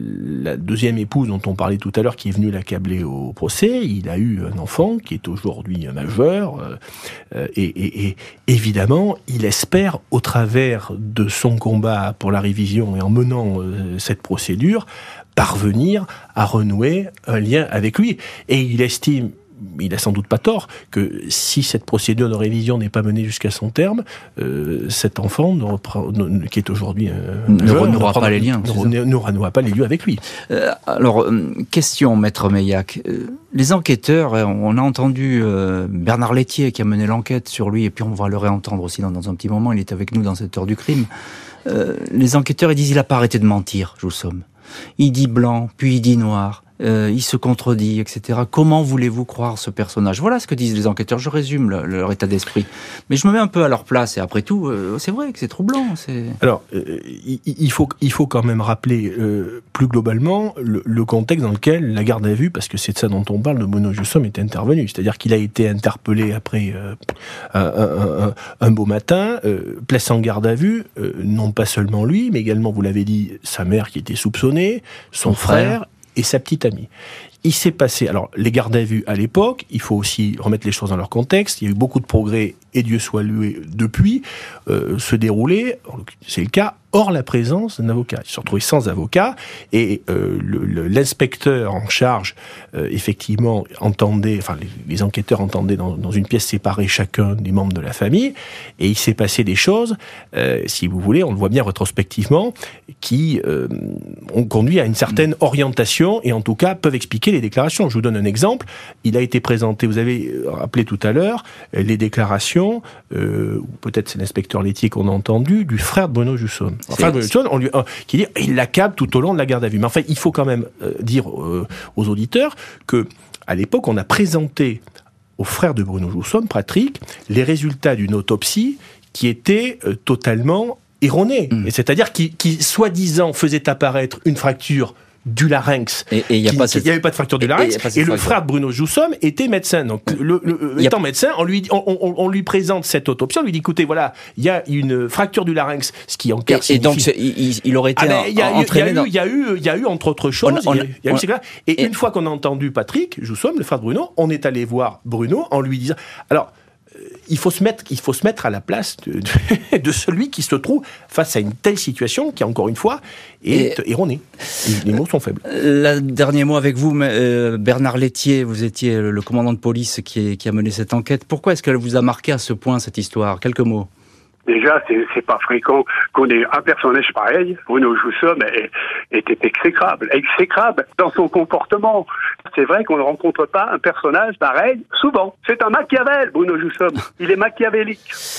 la deuxième épouse dont on parlait tout à l'heure, qui est venue l'accabler au procès, il a eu un enfant qui est aujourd'hui majeur. Euh, et, et, et évidemment, il espère, au travers de son combat pour la révision et en menant euh, cette procédure, parvenir à renouer un lien avec lui. Et il estime, il a sans doute pas tort, que si cette procédure de révision n'est pas menée jusqu'à son terme, euh, cet enfant, ne reprend, ne, qui est aujourd'hui un ne renouera pas les liens, ne, ne renouera pas les liens avec lui. Euh, alors, euh, question, Maître Maillac. Euh, les enquêteurs, on a entendu euh, Bernard Lethier qui a mené l'enquête sur lui, et puis on va le réentendre aussi dans, dans un petit moment, il est avec nous dans cette heure du crime. Euh, les enquêteurs, ils disent, il n'a pas arrêté de mentir, Joussomme. Il dit blanc, puis il dit noir, euh, il se contredit, et cetera. Comment voulez-vous croire ce personnage? Voilà ce que disent les enquêteurs, je résume le, leur état d'esprit. Mais je me mets un peu à leur place, et après tout, euh, c'est vrai que c'est troublant. C'est... Alors, euh, il, faut, il faut quand même rappeler euh, plus globalement le, le contexte dans lequel la garde à vue, parce que c'est de ça dont on parle, de Bruno Joussomme est intervenu. C'est-à-dire qu'il a été interpellé après euh, un, un, un, un beau matin, euh, placé en garde à vue, euh, non pas seulement lui, mais également, vous l'avez dit, sa mère qui était soupçonnée, son, son frère, frère et sa petite amie. Il s'est passé, alors les gardes à vue à l'époque, il faut aussi remettre les choses dans leur contexte, il y a eu beaucoup de progrès, et Dieu soit loué depuis, euh, se dérouler, c'est le cas, hors la présence d'un avocat. Ils se sont retrouvés sans avocat, et euh, le, le, l'inspecteur en charge, euh, effectivement, entendait, enfin les, les enquêteurs entendaient dans, dans une pièce séparée chacun des membres de la famille, et il s'est passé des choses, euh, si vous voulez, on le voit bien rétrospectivement, qui euh, ont conduit à une certaine orientation, et en tout cas peuvent expliquer les déclarations. Je vous donne un exemple. Il a été présenté, vous avez rappelé tout à l'heure, les déclarations, euh, ou peut-être c'est l'inspecteur Lethier qu'on a entendu, du frère de Bruno Joussomme. Enfin, Bruno Joussomme, on lui, euh, qui dit, il l'accable tout au long de la garde à vue. Mais enfin, il faut quand même euh, dire euh, aux auditeurs que, à l'époque, on a présenté au frère de Bruno Joussomme, Patrick, les résultats d'une autopsie qui était euh, totalement erronée. Mmh. Et c'est-à-dire qui, qui, soi-disant, faisait apparaître une fracture du larynx. Et il n'y avait pas de fracture du larynx. Et, et, et le frère de Bruno Joussomme était médecin. Donc, le, le, étant a... médecin, on lui, on, on, on lui présente cette autopsie. On lui dit, écoutez, voilà, il y a une fracture du larynx, ce qui en clair signifie... Et donc, il, il aurait été ah ben, il y a, entraîné il y a eu, il y a eu, entre autres choses, on, on, il y a, il y a on, eu, on, et, et une fois qu'on a entendu Patrick Joussomme, le frère de Bruno, on est allé voir Bruno en lui disant... Alors, il faut se mettre, il faut se mettre à la place de, de, de celui qui se trouve face à une telle situation qui, encore une fois, est et, erronée. Les mots sont faibles. Le dernier mot avec vous, euh, Bernard Lethier, vous étiez le commandant de police qui, est, qui a mené cette enquête. Pourquoi est-ce qu'elle vous a marqué à ce point, cette histoire? Quelques mots. Déjà, c'est, c'est pas fréquent qu'on ait un personnage pareil. Bruno Joussomme était exécrable, exécrable dans son comportement. C'est vrai qu'on ne rencontre pas un personnage pareil souvent. C'est un Machiavel, Bruno Joussomme. Il est machiavélique.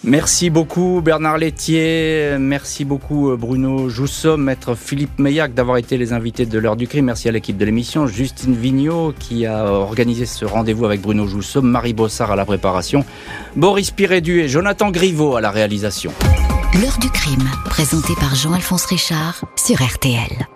Merci beaucoup Bernard Lethier, merci beaucoup Bruno Joussomme, maître Philippe Meillac d'avoir été les invités de l'heure du crime. Merci à l'équipe de l'émission, Justine Vigneault qui a organisé ce rendez-vous avec Bruno Joussomme, Marie Bossard à la préparation, Boris Pirédu et Jonathan Griveau à la réalisation. L'heure du crime, présenté par Jean-Alphonse Richard sur R T L.